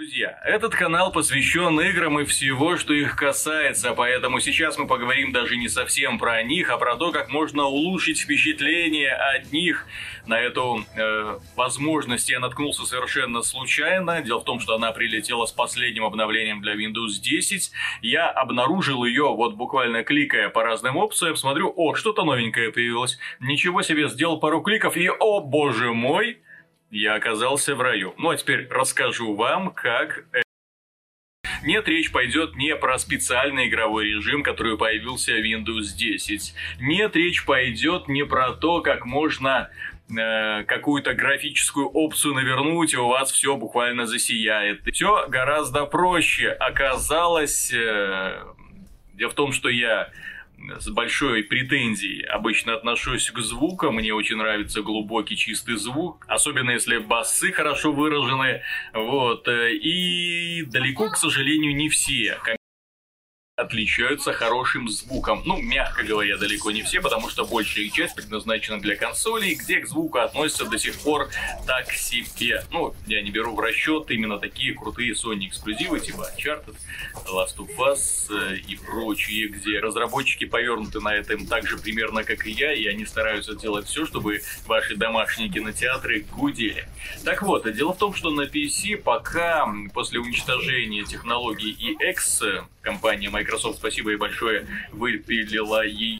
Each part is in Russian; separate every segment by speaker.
Speaker 1: Друзья, этот канал посвящен играм и всего, что их касается, поэтому сейчас мы поговорим даже не совсем про них, а про то, как можно улучшить впечатление от них. На эту возможность я наткнулся совершенно случайно. Дело в том, что она прилетела с последним обновлением для Windows 10. Я обнаружил ее, вот буквально кликая по разным опциям, смотрю, что-то новенькое появилось. Ничего себе, сделал пару кликов и, о боже мой, я оказался в раю. Ну а теперь расскажу вам, как... Нет, речь пойдет не про специальный игровой режим, который появился в Windows 10. Нет, речь пойдет не про то, как можно какую-то графическую опцию навернуть, и у вас все буквально засияет. Все гораздо проще. Оказалось, дело в том, что я с большой претензией обычно отношусь к звукам. Мне очень нравится глубокий чистый звук, особенно если басы хорошо выражены. Вот. И далеко, к сожалению, не все отличаются хорошим звуком. Ну, мягко говоря, далеко не все, потому что большая их часть предназначена для консолей, где к звуку относятся до сих пор так себе. Ну, я не беру в расчет именно такие крутые Sony эксклюзивы, типа Uncharted, Last of Us и прочие, где разработчики повернуты на этом так же примерно, как и я, и они стараются делать все, чтобы ваши домашние кинотеатры гудели. Так вот, дело в том, что на PC пока после уничтожения технологий EX компания Microsoft, спасибо ей большое, выпилила ей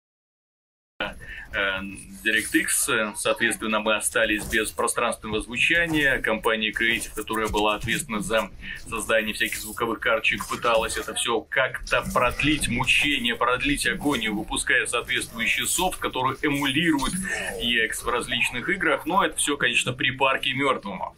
Speaker 1: DirectX, соответственно, мы остались без пространственного звучания. Компания Creative, которая была ответственна за создание всяких звуковых карточек, пыталась это все как-то продлить мучение, продлить агонию, выпуская соответствующий софт, который эмулирует EX в различных играх, но это все, конечно, припарки мертвому.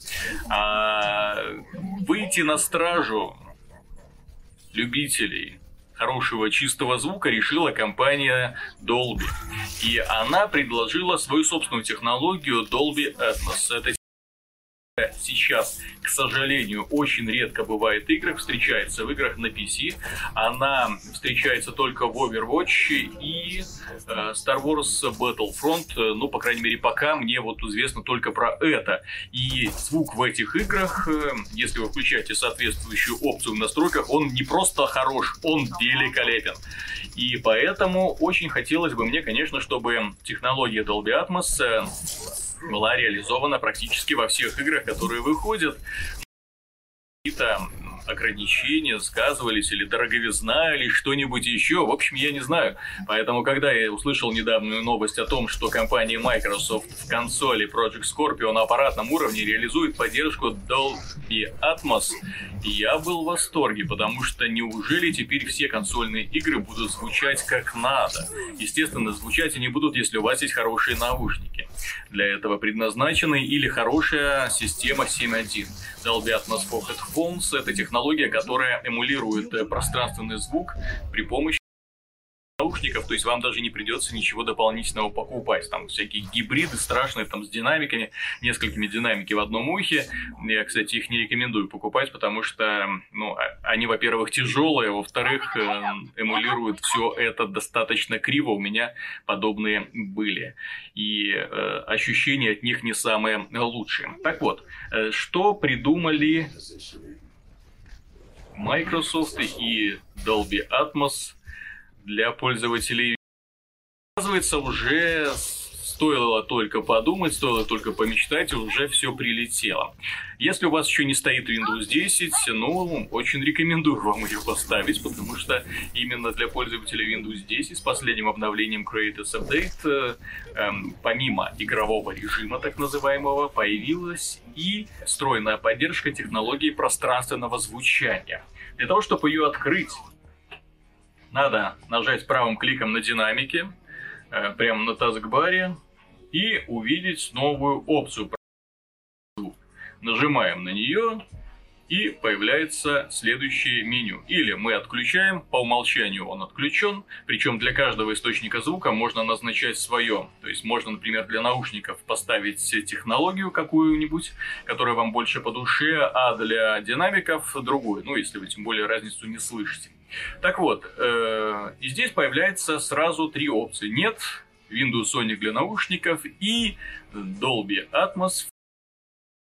Speaker 1: Выйти на стражу любителей хорошего чистого звука решила компания Dolby. И она предложила свою собственную технологию Dolby Atmos. Это сейчас, к сожалению, очень редко бывает в играх, встречается в играх на PC. Она встречается только в Overwatch и Star Wars Battlefront. Ну, по крайней мере, пока мне вот известно только про это. И звук в этих играх, если вы включаете соответствующую опцию в настройках, он не просто хорош, он великолепен. И поэтому очень хотелось бы мне, конечно, чтобы технология Dolby Atmos была реализована практически во всех играх, которые выходят. Какие-то ограничения сказывались, или дороговизна, или что-нибудь еще. В общем, я не знаю. Поэтому, когда я услышал недавнюю новость о том, что компания Microsoft в консоли Project Scorpio на аппаратном уровне реализует поддержку Dolby Atmos, я был в восторге, потому что неужели теперь все консольные игры будут звучать как надо? Естественно, звучать они будут, если у вас есть хорошие наушники. Для этого предназначены или хорошая система 7.1. Dolby Atmos for Headphones — это технология, которая эмулирует пространственный звук при помощи наушников, то есть вам даже не придется ничего дополнительного покупать. Там всякие гибриды страшные, там с динамиками, несколькими динамики в одном ухе. Я, кстати, их не рекомендую покупать, потому что, они, во-первых, тяжелые, во-вторых, эмулируют все это достаточно криво. У меня подобные были. И ощущения от них не самые лучшие. Так вот, что придумали Microsoft и Dolby Atmos для пользователей? Оказывается, уже стоило только подумать, стоило только помечтать, и уже все прилетело. Если у вас еще не стоит Windows 10, очень рекомендую вам ее поставить, потому что именно для пользователей Windows 10 с последним обновлением Creators Update, помимо игрового режима, так называемого, появилась и встроенная поддержка технологии пространственного звучания. Для того, чтобы ее открыть, надо нажать правым кликом на динамике, прямо на таскбаре, и увидеть новую опцию. Нажимаем на нее, и появляется следующее меню. Или мы отключаем, по умолчанию он отключен, причем для каждого источника звука можно назначать свое. То есть можно, например, для наушников поставить технологию какую-нибудь, которая вам больше по душе, а для динамиков другую, если вы тем более разницу не слышите. Так вот, и здесь появляется сразу три опции. Нет, Windows Sonic для наушников и Dolby Atmos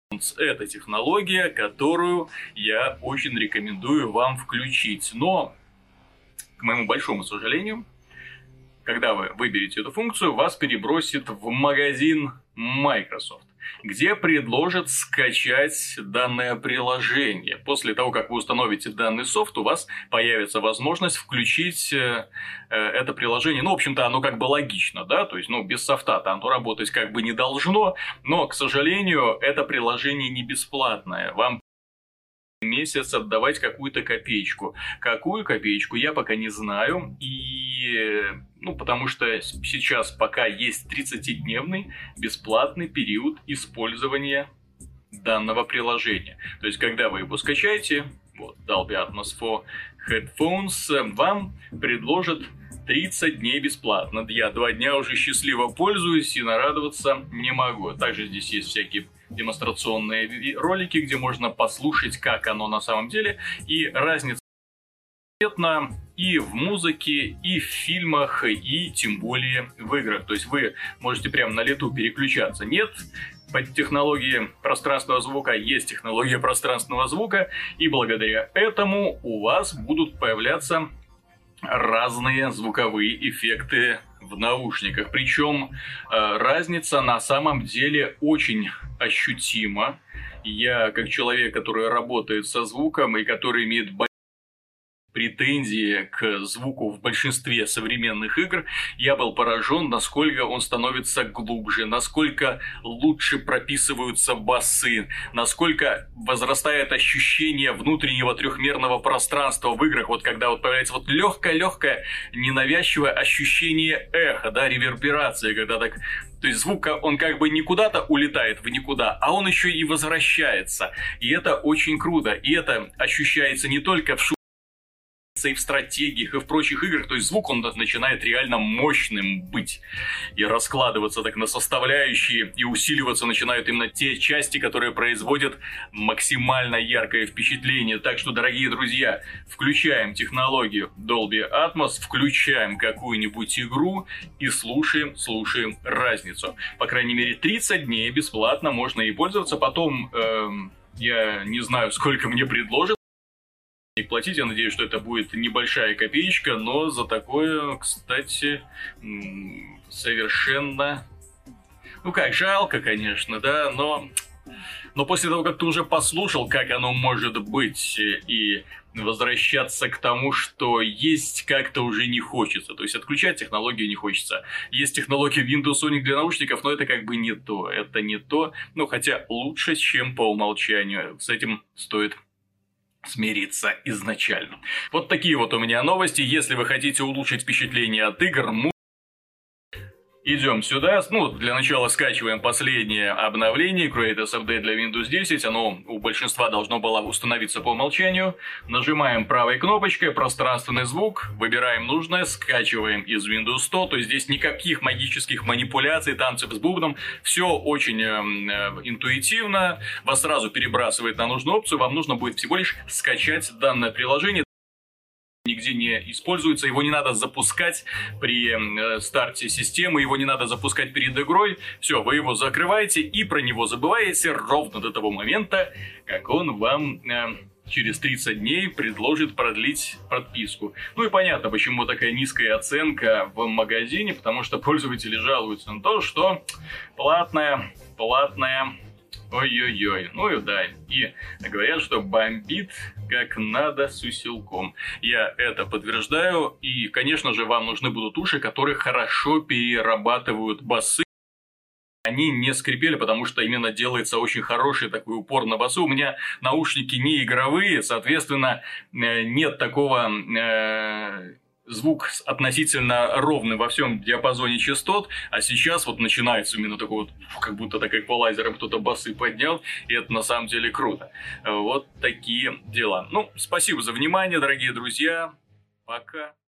Speaker 1: Это технология, которую я очень рекомендую вам включить. Но, к моему большому сожалению, когда вы выберете эту функцию, вас перебросит в магазин Microsoft, где предложат скачать данное приложение. После того, как вы установите данный софт, у вас появится возможность включить это приложение. Ну, в общем-то, оно как бы логично, да, то есть, без софта-то оно работать как бы не должно, но, к сожалению, это приложение не бесплатное. Вам месяц отдавать какую-то копеечку. Какую копеечку, я пока не знаю. Потому что сейчас пока есть 30-дневный бесплатный период использования данного приложения. То есть, когда вы его скачаете, Dolby Atmos for Headphones, вам предложат 30 дней бесплатно. Я 2 дня уже счастливо пользуюсь и нарадоваться не могу. Также здесь есть всякие демонстрационные ролики, где можно послушать, как оно на самом деле. И разница и в музыке, и в фильмах, и тем более в играх. То есть вы можете прямо на лету переключаться. Нет, по технологии пространственного звука есть технология пространственного звука. И благодаря этому у вас будут появляться разные звуковые эффекты в наушниках. Причем разница на самом деле очень ощутима. Я, как человек, который работает со звуком и который имеет претензии к звуку в большинстве современных игр, я был поражен, насколько он становится глубже, насколько лучше прописываются басы, насколько возрастает ощущение внутреннего трехмерного пространства в играх, когда появляется легкое, ненавязчивое ощущение эха, реверберация, когда так. То есть звук, он как бы не куда-то улетает в никуда, а он еще и возвращается. И это очень круто. И это ощущается не только в и в стратегиях, и в прочих играх, то есть звук, он начинает реально мощным быть и раскладываться так на составляющие, и усиливаться начинают именно те части, которые производят максимально яркое впечатление. Так что, дорогие друзья, включаем технологию Dolby Atmos, включаем какую-нибудь игру и слушаем разницу. По крайней мере, 30 дней бесплатно можно и пользоваться, потом я не знаю, сколько мне предложат платить, я надеюсь, что это будет небольшая копеечка, но за такое, кстати, совершенно... жалко, конечно, да, но после того, как ты уже послушал, как оно может быть, и возвращаться к тому, что есть, как-то уже не хочется. То есть отключать технологию не хочется. Есть технология Windows Sonic для наушников, но это как бы не то. Это не то, хотя лучше, чем по умолчанию. С этим стоит смириться изначально. Вот такие у меня новости. Если вы хотите улучшить впечатление от игр, идем сюда. Для начала скачиваем последнее обновление Greatest Update для Windows 10. Оно у большинства должно было установиться по умолчанию. Нажимаем правой кнопочкой пространственный звук, выбираем нужное, скачиваем из Windows 100. То есть здесь никаких магических манипуляций, танцев с бубном. Все очень интуитивно. Вас сразу перебрасывает на нужную опцию. Вам нужно будет всего лишь скачать данное приложение. Нигде не используется, его не надо запускать при старте системы, его не надо запускать перед игрой. Все, вы его закрываете и про него забываете ровно до того момента, как он вам через 30 дней предложит продлить подписку. И понятно, почему такая низкая оценка в магазине, потому что пользователи жалуются на то, что платная. Ой-ой-ой, и говорят, что бомбит как надо с усилком. Я это подтверждаю, и, конечно же, вам нужны будут уши, которые хорошо перерабатывают басы. Они не скрипели, потому что именно делается очень хороший такой упор на басу. У меня наушники не игровые, соответственно, нет такого... звук относительно ровный во всем диапазоне частот, а сейчас начинается именно такой как будто так эквалайзером кто-то басы поднял, и это на самом деле круто. Вот такие дела. Спасибо за внимание, дорогие друзья. Пока.